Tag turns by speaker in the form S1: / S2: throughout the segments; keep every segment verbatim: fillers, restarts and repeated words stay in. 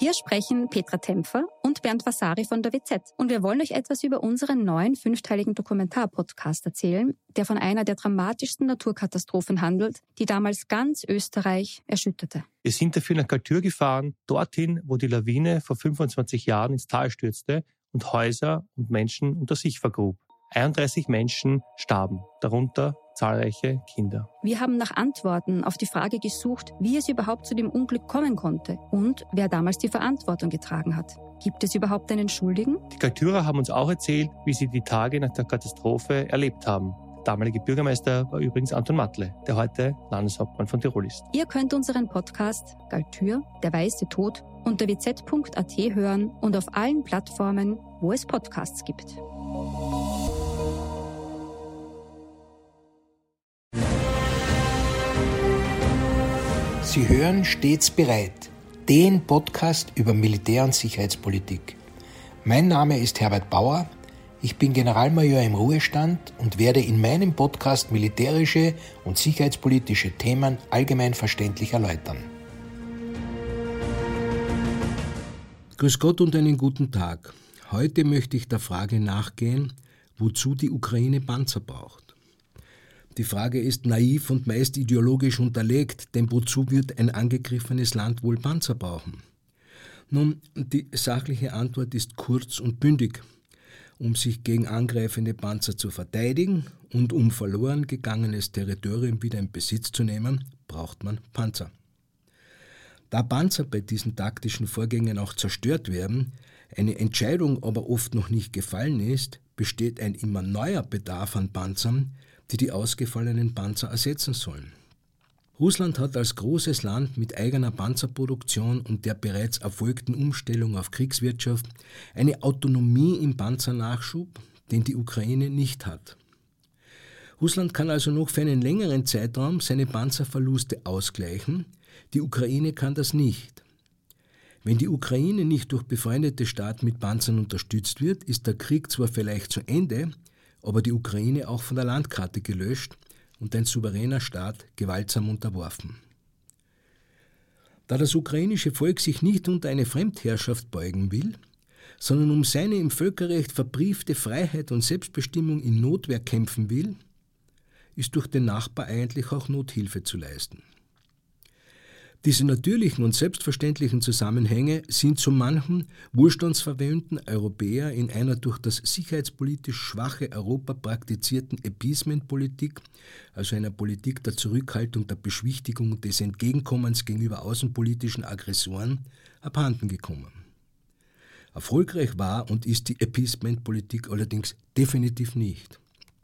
S1: Hier sprechen Petra Tempfer und Bernd Vasari von der W Z. Und wir wollen euch etwas über unseren neuen fünfteiligen Dokumentar-Podcast erzählen, der von einer der dramatischsten Naturkatastrophen handelt, die damals ganz Österreich erschütterte.
S2: Wir sind dafür nach Galtür gefahren, dorthin, wo die Lawine vor fünfundzwanzig Jahren ins Tal stürzte und Häuser und Menschen unter sich vergrub. einunddreißig Menschen starben, darunter zahlreiche Kinder.
S1: Wir haben nach Antworten auf die Frage gesucht, wie es überhaupt zu dem Unglück kommen konnte und wer damals die Verantwortung getragen hat. Gibt es überhaupt einen Schuldigen?
S2: Die Galtürer haben uns auch erzählt, wie sie die Tage nach der Katastrophe erlebt haben. Der damalige Bürgermeister war übrigens Anton Matle, der heute Landeshauptmann von Tirol ist.
S1: Ihr könnt unseren Podcast Galtür, der weiße Tod unter w z punkt a t hören und auf allen Plattformen, wo es Podcasts gibt.
S3: Sie hören Stets bereit, den Podcast über Militär- und Sicherheitspolitik. Mein Name ist Herbert Bauer, ich bin Generalmajor im Ruhestand und werde in meinem Podcast militärische und sicherheitspolitische Themen allgemein verständlich erläutern. Grüß Gott und einen guten Tag. Heute möchte ich der Frage nachgehen, wozu die Ukraine Panzer braucht. Die Frage ist naiv und meist ideologisch unterlegt, denn wozu wird ein angegriffenes Land wohl Panzer brauchen? Nun, die sachliche Antwort ist kurz und bündig. Um sich gegen angreifende Panzer zu verteidigen und um verloren gegangenes Territorium wieder in Besitz zu nehmen, braucht man Panzer. Da Panzer bei diesen taktischen Vorgängen auch zerstört werden, eine Entscheidung aber oft noch nicht gefallen ist, besteht ein immer neuer Bedarf an Panzern, die die ausgefallenen Panzer ersetzen sollen. Russland hat als großes Land mit eigener Panzerproduktion und der bereits erfolgten Umstellung auf Kriegswirtschaft eine Autonomie im Panzernachschub, den die Ukraine nicht hat. Russland kann also noch für einen längeren Zeitraum seine Panzerverluste ausgleichen, die Ukraine kann das nicht. Wenn die Ukraine nicht durch befreundete Staaten mit Panzern unterstützt wird, ist der Krieg zwar vielleicht zu Ende, aber die Ukraine auch von der Landkarte gelöscht und ein souveräner Staat gewaltsam unterworfen. Da das ukrainische Volk sich nicht unter eine Fremdherrschaft beugen will, sondern um seine im Völkerrecht verbriefte Freiheit und Selbstbestimmung in Notwehr kämpfen will, ist durch den Nachbar eigentlich auch Nothilfe zu leisten. Diese natürlichen und selbstverständlichen Zusammenhänge sind zu manchen wohlstandsverwöhnten Europäer in einer durch das sicherheitspolitisch schwache Europa praktizierten Appeasement-Politik, also einer Politik der Zurückhaltung, der Beschwichtigung und des Entgegenkommens gegenüber außenpolitischen Aggressoren, abhanden gekommen. Erfolgreich war und ist die Appeasement-Politik allerdings definitiv nicht.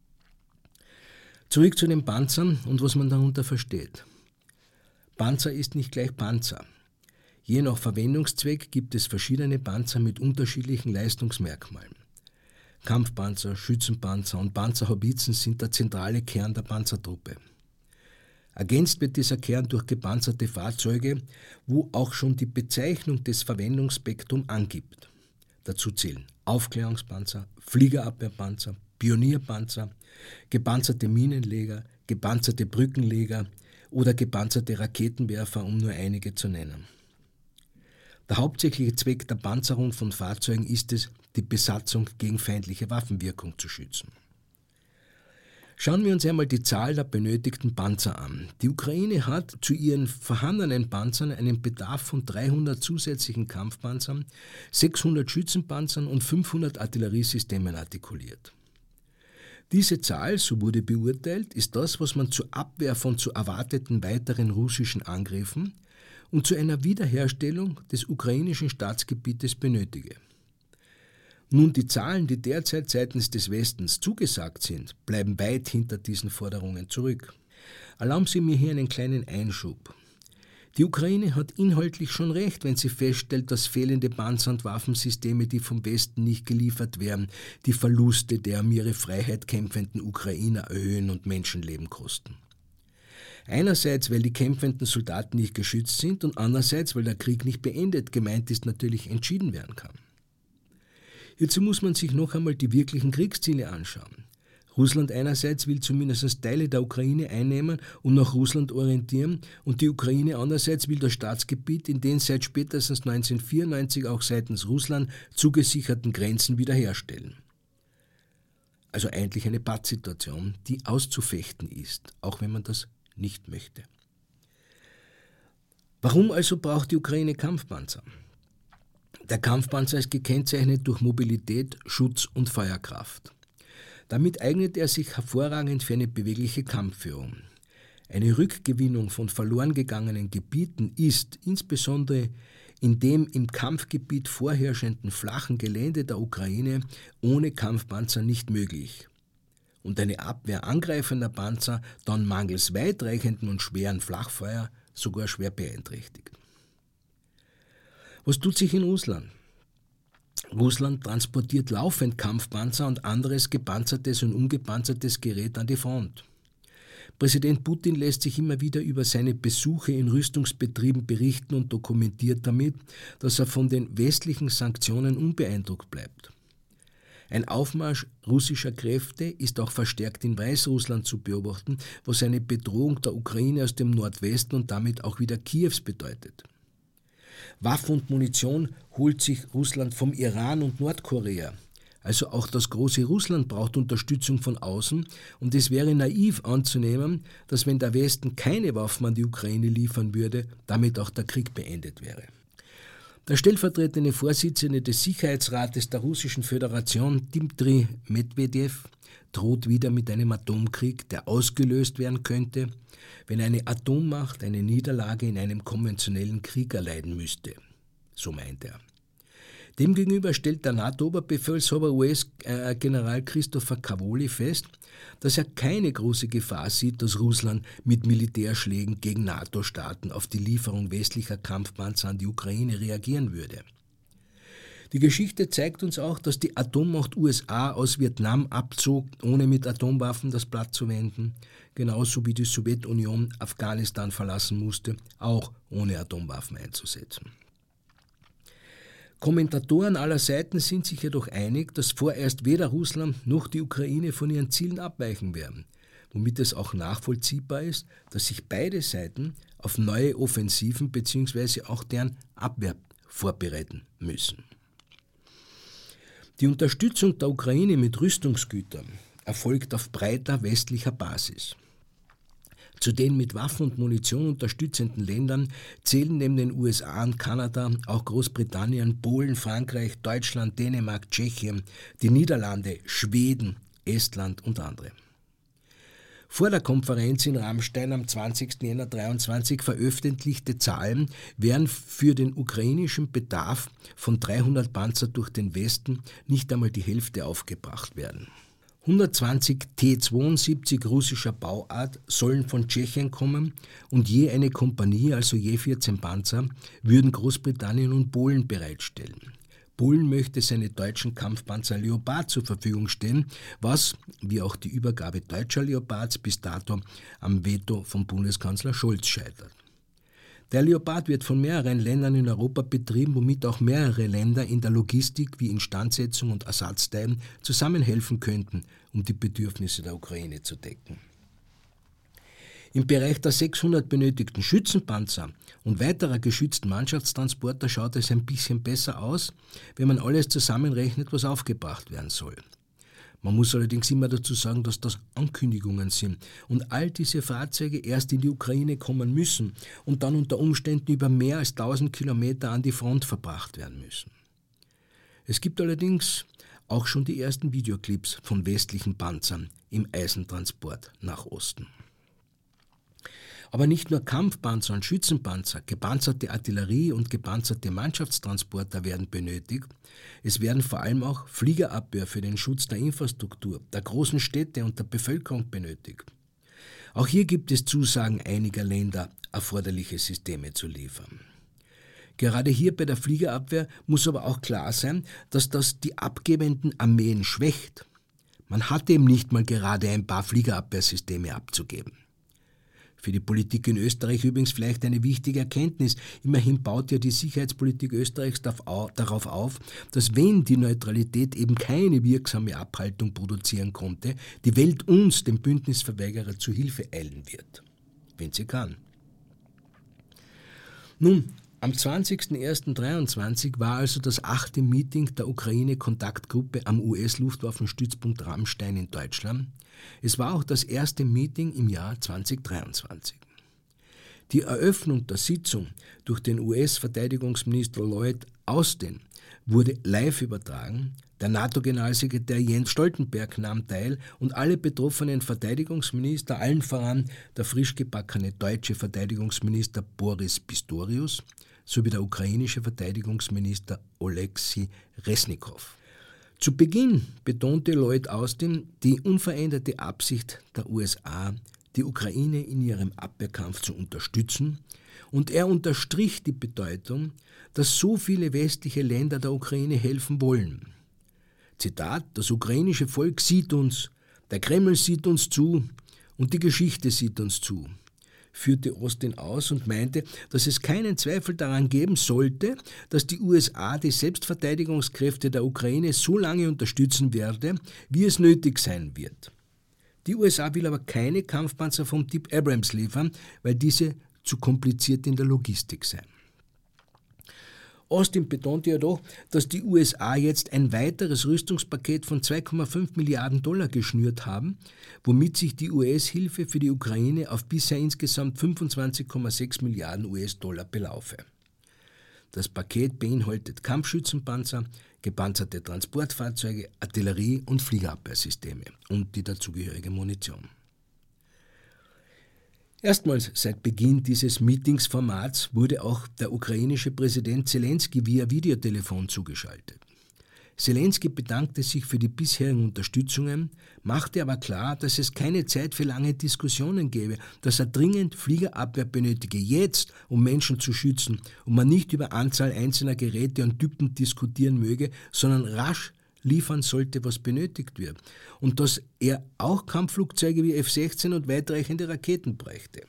S3: Zurück zu den Panzern und was man darunter versteht. Panzer ist nicht gleich Panzer. Je nach Verwendungszweck gibt es verschiedene Panzer mit unterschiedlichen Leistungsmerkmalen. Kampfpanzer, Schützenpanzer und Panzerhaubitzen sind der zentrale Kern der Panzertruppe. Ergänzt wird dieser Kern durch gepanzerte Fahrzeuge, wo auch schon die Bezeichnung des Verwendungsspektrums angibt. Dazu zählen Aufklärungspanzer, Fliegerabwehrpanzer, Pionierpanzer, gepanzerte Minenleger, gepanzerte Brückenleger oder gepanzerte Raketenwerfer, um nur einige zu nennen. Der hauptsächliche Zweck der Panzerung von Fahrzeugen ist es, die Besatzung gegen feindliche Waffenwirkung zu schützen. Schauen wir uns einmal die Zahl der benötigten Panzer an. Die Ukraine hat zu ihren vorhandenen Panzern einen Bedarf von dreihundert zusätzlichen Kampfpanzern, sechshundert Schützenpanzern und fünfhundert Artilleriesystemen artikuliert. Diese Zahl, so wurde beurteilt, ist das, was man zur Abwehr von zu erwarteten weiteren russischen Angriffen und zu einer Wiederherstellung des ukrainischen Staatsgebietes benötige. Nun, die Zahlen, die derzeit seitens des Westens zugesagt sind, bleiben weit hinter diesen Forderungen zurück. Erlauben Sie mir hier einen kleinen Einschub. Die Ukraine hat inhaltlich schon recht, wenn sie feststellt, dass fehlende Panzer- und Waffensysteme, die vom Westen nicht geliefert werden, die Verluste der um ihre Freiheit kämpfenden Ukrainer erhöhen und Menschenleben kosten. Einerseits, weil die kämpfenden Soldaten nicht geschützt sind und andererseits, weil der Krieg nicht beendet, gemeint ist, natürlich entschieden werden kann. Hierzu muss man sich noch einmal die wirklichen Kriegsziele anschauen. Russland einerseits will zumindest Teile der Ukraine einnehmen und nach Russland orientieren und die Ukraine andererseits will das Staatsgebiet in den seit spätestens neunzehnhundertvierundneunzig auch seitens Russland zugesicherten Grenzen wiederherstellen. Also eigentlich eine Pattsituation, die auszufechten ist, auch wenn man das nicht möchte. Warum also braucht die Ukraine Kampfpanzer? Der Kampfpanzer ist gekennzeichnet durch Mobilität, Schutz und Feuerkraft. Damit eignet er sich hervorragend für eine bewegliche Kampfführung. Eine Rückgewinnung von verloren gegangenen Gebieten ist, insbesondere in dem im Kampfgebiet vorherrschenden flachen Gelände der Ukraine, ohne Kampfpanzer nicht möglich. Und eine Abwehr angreifender Panzer dann mangels weitreichenden und schweren Flachfeuer sogar schwer beeinträchtigt. Was tut sich in Russland? Russland transportiert laufend Kampfpanzer und anderes gepanzertes und ungepanzertes Gerät an die Front. Präsident Putin lässt sich immer wieder über seine Besuche in Rüstungsbetrieben berichten und dokumentiert damit, dass er von den westlichen Sanktionen unbeeindruckt bleibt. Ein Aufmarsch russischer Kräfte ist auch verstärkt in Weißrussland zu beobachten, was eine Bedrohung der Ukraine aus dem Nordwesten und damit auch wieder Kiews bedeutet. Waffen und Munition holt sich Russland vom Iran und Nordkorea. Also auch das große Russland braucht Unterstützung von außen und es wäre naiv anzunehmen, dass wenn der Westen keine Waffen an die Ukraine liefern würde, damit auch der Krieg beendet wäre. Der stellvertretende Vorsitzende des Sicherheitsrates der Russischen Föderation, Dmitri Medvedev, droht wieder mit einem Atomkrieg, der ausgelöst werden könnte, wenn eine Atommacht eine Niederlage in einem konventionellen Krieg erleiden müsste. So meint er. Demgegenüber stellt der NATO-Oberbefehlshaber U S-General Christopher Cavoli fest, dass er keine große Gefahr sieht, dass Russland mit Militärschlägen gegen NATO-Staaten auf die Lieferung westlicher Kampfpanzer an die Ukraine reagieren würde. Die Geschichte zeigt uns auch, dass die Atommacht U S A aus Vietnam abzog, ohne mit Atomwaffen das Blatt zu wenden, genauso wie die Sowjetunion Afghanistan verlassen musste, auch ohne Atomwaffen einzusetzen. Kommentatoren aller Seiten sind sich jedoch einig, dass vorerst weder Russland noch die Ukraine von ihren Zielen abweichen werden, womit es auch nachvollziehbar ist, dass sich beide Seiten auf neue Offensiven bzw. auch deren Abwehr vorbereiten müssen. Die Unterstützung der Ukraine mit Rüstungsgütern erfolgt auf breiter westlicher Basis. Zu den mit Waffen und Munition unterstützenden Ländern zählen neben den U S A und Kanada auch Großbritannien, Polen, Frankreich, Deutschland, Dänemark, Tschechien, die Niederlande, Schweden, Estland und andere. Vor der Konferenz in Ramstein am zwanzigsten Jänner dreiundzwanzig veröffentlichte Zahlen werden für den ukrainischen Bedarf von dreihundert Panzer durch den Westen nicht einmal die Hälfte aufgebracht werden. hundertzwanzig T zweiundsiebzig russischer Bauart sollen von Tschechien kommen und je eine Kompanie, also je vierzehn Panzer, würden Großbritannien und Polen bereitstellen. Polen möchte seine deutschen Kampfpanzer Leopard zur Verfügung stellen, was, wie auch die Übergabe deutscher Leopards, bis dato am Veto von Bundeskanzler Scholz scheitert. Der Leopard wird von mehreren Ländern in Europa betrieben, womit auch mehrere Länder in der Logistik wie Instandsetzung und Ersatzteilen zusammenhelfen könnten, um die Bedürfnisse der Ukraine zu decken. Im Bereich der sechshundert benötigten Schützenpanzer und weiterer geschützten Mannschaftstransporter schaut es ein bisschen besser aus, wenn man alles zusammenrechnet, was aufgebracht werden soll. Man muss allerdings immer dazu sagen, dass das Ankündigungen sind und all diese Fahrzeuge erst in die Ukraine kommen müssen und dann unter Umständen über mehr als tausend Kilometer an die Front verbracht werden müssen. Es gibt allerdings auch schon die ersten Videoclips von westlichen Panzern im Eisentransport nach Osten. Aber nicht nur Kampfpanzer und Schützenpanzer, gepanzerte Artillerie und gepanzerte Mannschaftstransporter werden benötigt. Es werden vor allem auch Fliegerabwehr für den Schutz der Infrastruktur, der großen Städte und der Bevölkerung benötigt. Auch hier gibt es Zusagen einiger Länder, erforderliche Systeme zu liefern. Gerade hier bei der Fliegerabwehr muss aber auch klar sein, dass das die abgebenden Armeen schwächt. Man hat eben nicht mal gerade ein paar Fliegerabwehrsysteme abzugeben. Für die Politik in Österreich übrigens vielleicht eine wichtige Erkenntnis. Immerhin baut ja die Sicherheitspolitik Österreichs darauf auf, dass wenn die Neutralität eben keine wirksame Abhaltung produzieren konnte, die Welt uns, dem Bündnisverweigerer, zu Hilfe eilen wird, wenn sie kann. Nun, am zwanzigsten ersten dreiundzwanzig war also das achte Meeting der Ukraine-Kontaktgruppe am U S-Luftwaffenstützpunkt Ramstein in Deutschland. Es war auch das erste Meeting im Jahr zweitausenddreiundzwanzig. Die Eröffnung der Sitzung durch den U S-Verteidigungsminister Lloyd Austin wurde live übertragen. Der NATO-Generalsekretär Jens Stoltenberg nahm teil und alle betroffenen Verteidigungsminister, allen voran der frisch gebackene deutsche Verteidigungsminister Boris Pistorius sowie der ukrainische Verteidigungsminister Oleksiy Resnikow. Zu Beginn betonte Lloyd Austin die unveränderte Absicht der U S A, die Ukraine in ihrem Abwehrkampf zu unterstützen, und er unterstrich die Bedeutung, dass so viele westliche Länder der Ukraine helfen wollen. Zitat: Das ukrainische Volk sieht uns, der Kreml sieht uns zu und die Geschichte sieht uns zu, führte Austin aus und meinte, dass es keinen Zweifel daran geben sollte, dass die U S A die Selbstverteidigungskräfte der Ukraine so lange unterstützen werde, wie es nötig sein wird. Die U S A will aber keine Kampfpanzer vom Typ Abrams liefern, weil diese zu kompliziert in der Logistik seien. Austin betonte jedoch, dass die U S A jetzt ein weiteres Rüstungspaket von zwei Komma fünf Milliarden Dollar geschnürt haben, womit sich die U S-Hilfe für die Ukraine auf bisher insgesamt fünfundzwanzig Komma sechs Milliarden U S-Dollar belaufe. Das Paket beinhaltet Kampfschützenpanzer, gepanzerte Transportfahrzeuge, Artillerie- und Fliegerabwehrsysteme und die dazugehörige Munition. Erstmals seit Beginn dieses Meetingsformats wurde auch der ukrainische Präsident Zelensky via Videotelefon zugeschaltet. Zelensky bedankte sich für die bisherigen Unterstützungen, machte aber klar, dass es keine Zeit für lange Diskussionen gäbe, dass er dringend Fliegerabwehr benötige, jetzt, um Menschen zu schützen, und man nicht über Anzahl einzelner Geräte und Typen diskutieren möge, sondern rasch liefern sollte, was benötigt wird, und dass er auch Kampfflugzeuge wie F sechzehn und weitreichende Raketen bräuchte.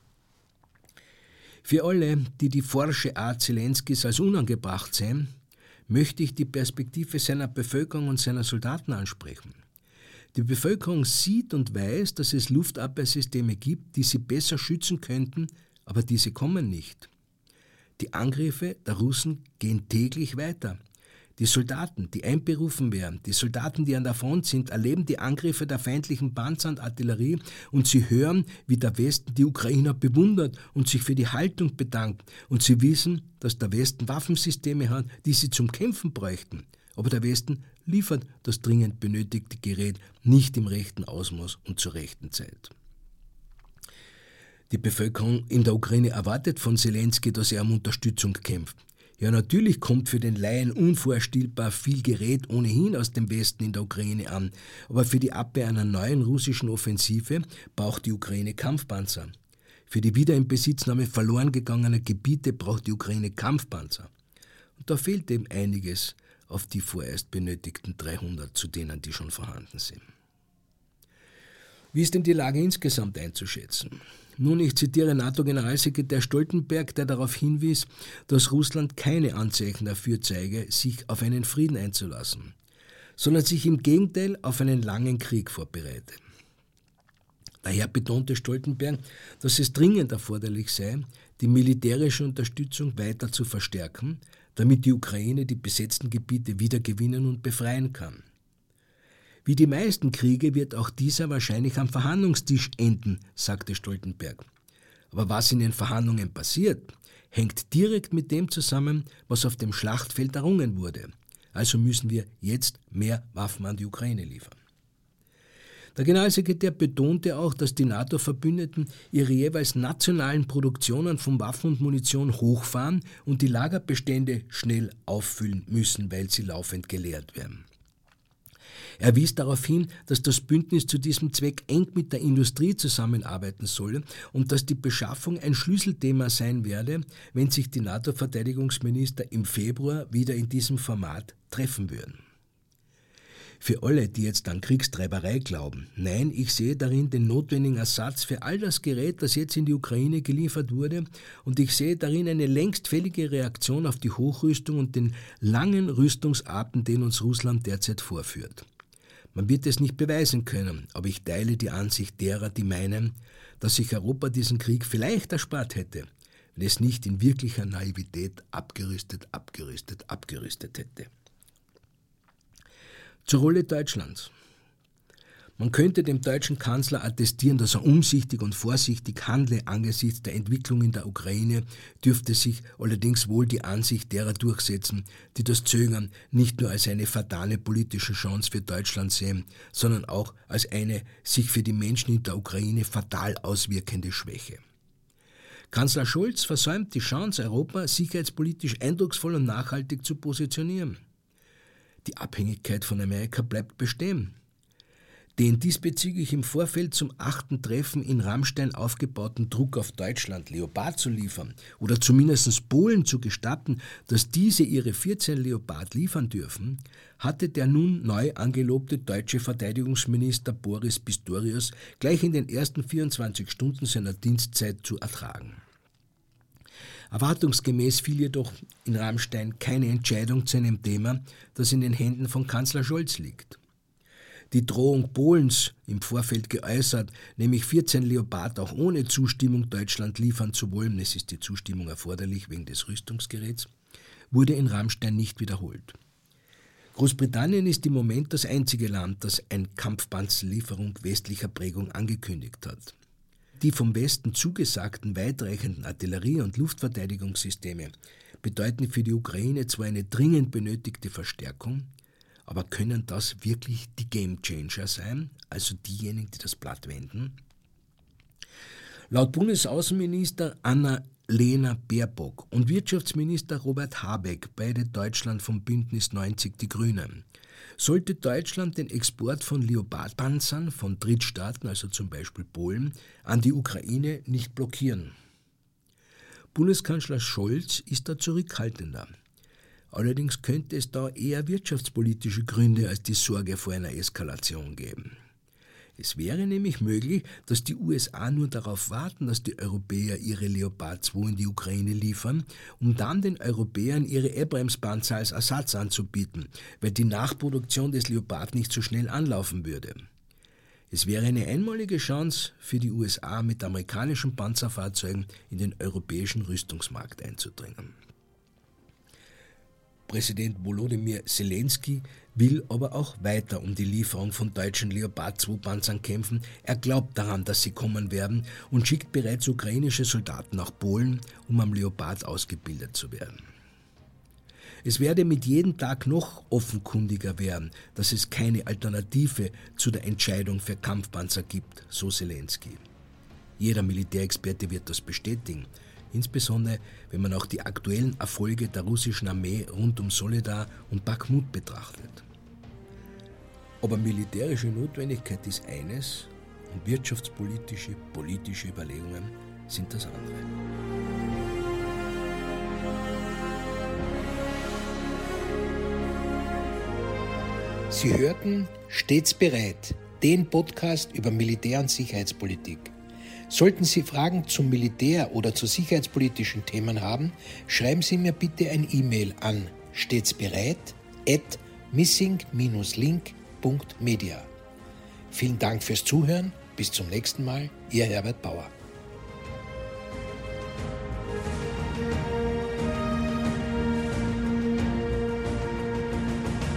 S3: Für alle, die die forsche Art Zelenskys als unangebracht sehen, möchte ich die Perspektive seiner Bevölkerung und seiner Soldaten ansprechen. Die Bevölkerung sieht und weiß, dass es Luftabwehrsysteme gibt, die sie besser schützen könnten, aber diese kommen nicht. Die Angriffe der Russen gehen täglich weiter. Die Soldaten, die einberufen werden, die Soldaten, die an der Front sind, erleben die Angriffe der feindlichen Panzer und Artillerie, und sie hören, wie der Westen die Ukrainer bewundert und sich für die Haltung bedankt, und sie wissen, dass der Westen Waffensysteme hat, die sie zum Kämpfen bräuchten. Aber der Westen liefert das dringend benötigte Gerät nicht im rechten Ausmaß und zur rechten Zeit. Die Bevölkerung in der Ukraine erwartet von Zelensky, dass er um Unterstützung kämpft. Ja, natürlich kommt für den Laien unvorstellbar viel Gerät ohnehin aus dem Westen in der Ukraine an, aber für die Abwehr einer neuen russischen Offensive braucht die Ukraine Kampfpanzer. Für die Wiederinbesitznahme verloren gegangener Gebiete braucht die Ukraine Kampfpanzer. Und da fehlt eben einiges auf die vorerst benötigten dreihundert, zu denen die schon vorhanden sind. Wie ist denn die Lage insgesamt einzuschätzen? Nun, ich zitiere NATO-Generalsekretär Stoltenberg, der darauf hinwies, dass Russland keine Anzeichen dafür zeige, sich auf einen Frieden einzulassen, sondern sich im Gegenteil auf einen langen Krieg vorbereite. Daher betonte Stoltenberg, dass es dringend erforderlich sei, die militärische Unterstützung weiter zu verstärken, damit die Ukraine die besetzten Gebiete wiedergewinnen und befreien kann. Wie die meisten Kriege wird auch dieser wahrscheinlich am Verhandlungstisch enden, sagte Stoltenberg. Aber was in den Verhandlungen passiert, hängt direkt mit dem zusammen, was auf dem Schlachtfeld errungen wurde. Also müssen wir jetzt mehr Waffen an die Ukraine liefern. Der Generalsekretär betonte auch, dass die NATO-Verbündeten ihre jeweils nationalen Produktionen von Waffen und Munition hochfahren und die Lagerbestände schnell auffüllen müssen, weil sie laufend geleert werden. Er wies darauf hin, dass das Bündnis zu diesem Zweck eng mit der Industrie zusammenarbeiten solle und dass die Beschaffung ein Schlüsselthema sein werde, wenn sich die NATO-Verteidigungsminister im Februar wieder in diesem Format treffen würden. für alle, die jetzt an Kriegstreiberei glauben. Nein, ich sehe darin den notwendigen Ersatz für all das Gerät, das jetzt in die Ukraine geliefert wurde, und ich sehe darin eine längst fällige Reaktion auf die Hochrüstung und den langen Rüstungsatem, den uns Russland derzeit vorführt. Man wird es nicht beweisen können, aber ich teile die Ansicht derer, die meinen, dass sich Europa diesen Krieg vielleicht erspart hätte, wenn es nicht in wirklicher Naivität abgerüstet, abgerüstet, abgerüstet hätte. Zur Rolle Deutschlands. Man könnte dem deutschen Kanzler attestieren, dass er umsichtig und vorsichtig handle angesichts der Entwicklung in der Ukraine, dürfte sich allerdings wohl die Ansicht derer durchsetzen, die das Zögern nicht nur als eine fatale politische Chance für Deutschland sehen, sondern auch als eine sich für die Menschen in der Ukraine fatal auswirkende Schwäche. Kanzler Scholz versäumt die Chance, Europa sicherheitspolitisch eindrucksvoll und nachhaltig zu positionieren. Die Abhängigkeit von Amerika bleibt bestehen. Den diesbezüglich im Vorfeld zum achten Treffen in Ramstein aufgebauten Druck auf Deutschland, Leopard zu liefern oder zumindest Polen zu gestatten, dass diese ihre vierzehn Leopard liefern dürfen, hatte der nun neu angelobte deutsche Verteidigungsminister Boris Pistorius gleich in den ersten vierundzwanzig Stunden seiner Dienstzeit zu ertragen. Erwartungsgemäß fiel jedoch in Ramstein keine Entscheidung zu einem Thema, das in den Händen von Kanzler Scholz liegt. Die Drohung Polens, im Vorfeld geäußert, nämlich vierzehn Leopard auch ohne Zustimmung Deutschland liefern zu wollen, es ist die Zustimmung erforderlich wegen des Rüstungsgeräts, wurde in Ramstein nicht wiederholt. Großbritannien ist im Moment das einzige Land, das eine Kampfpanzerlieferung westlicher Prägung angekündigt hat. Die vom Westen zugesagten weitreichenden Artillerie- und Luftverteidigungssysteme bedeuten für die Ukraine zwar eine dringend benötigte Verstärkung, aber können das wirklich die Gamechanger sein, also diejenigen, die das Blatt wenden? Laut Bundesaußenminister Annalena Baerbock und Wirtschaftsminister Robert Habeck, beide Deutschland vom Bündnis neunzig Die Grünen, sollte Deutschland den Export von Leopardpanzern von Drittstaaten, also zum Beispiel Polen, an die Ukraine nicht blockieren. Bundeskanzler Scholz ist da zurückhaltender. Allerdings könnte es da eher wirtschaftspolitische Gründe als die Sorge vor einer Eskalation geben. Es wäre nämlich möglich, dass die U S A nur darauf warten, dass die Europäer ihre Leopard zwei in die Ukraine liefern, um dann den Europäern ihre Abrams-Panzer als Ersatz anzubieten, weil die Nachproduktion des Leopard nicht so schnell anlaufen würde. Es wäre eine einmalige Chance für die U S A, mit amerikanischen Panzerfahrzeugen in den europäischen Rüstungsmarkt einzudringen. Präsident Volodymyr Zelensky will aber auch weiter um die Lieferung von deutschen Leopard zwei Panzern kämpfen. Er glaubt daran, dass sie kommen werden und schickt bereits ukrainische Soldaten nach Polen, um am Leopard ausgebildet zu werden. Es werde mit jedem Tag noch offenkundiger werden, dass es keine Alternative zu der Entscheidung für Kampfpanzer gibt, so Zelensky. Jeder Militärexperte wird das bestätigen. Insbesondere, wenn man auch die aktuellen Erfolge der russischen Armee rund um Soledar und Bakhmut betrachtet. Aber militärische Notwendigkeit ist eines und wirtschaftspolitische, politische Überlegungen sind das andere.
S4: Sie hörten Stets bereit, den Podcast über Militär- und Sicherheitspolitik. Sollten Sie Fragen zum Militär oder zu sicherheitspolitischen Themen haben, schreiben Sie mir bitte ein E-Mail an stetsbereit at missing dash link punkt media. Vielen Dank fürs Zuhören. Bis zum nächsten Mal. Ihr Herbert Bauer.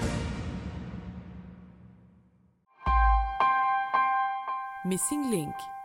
S5: Missing Link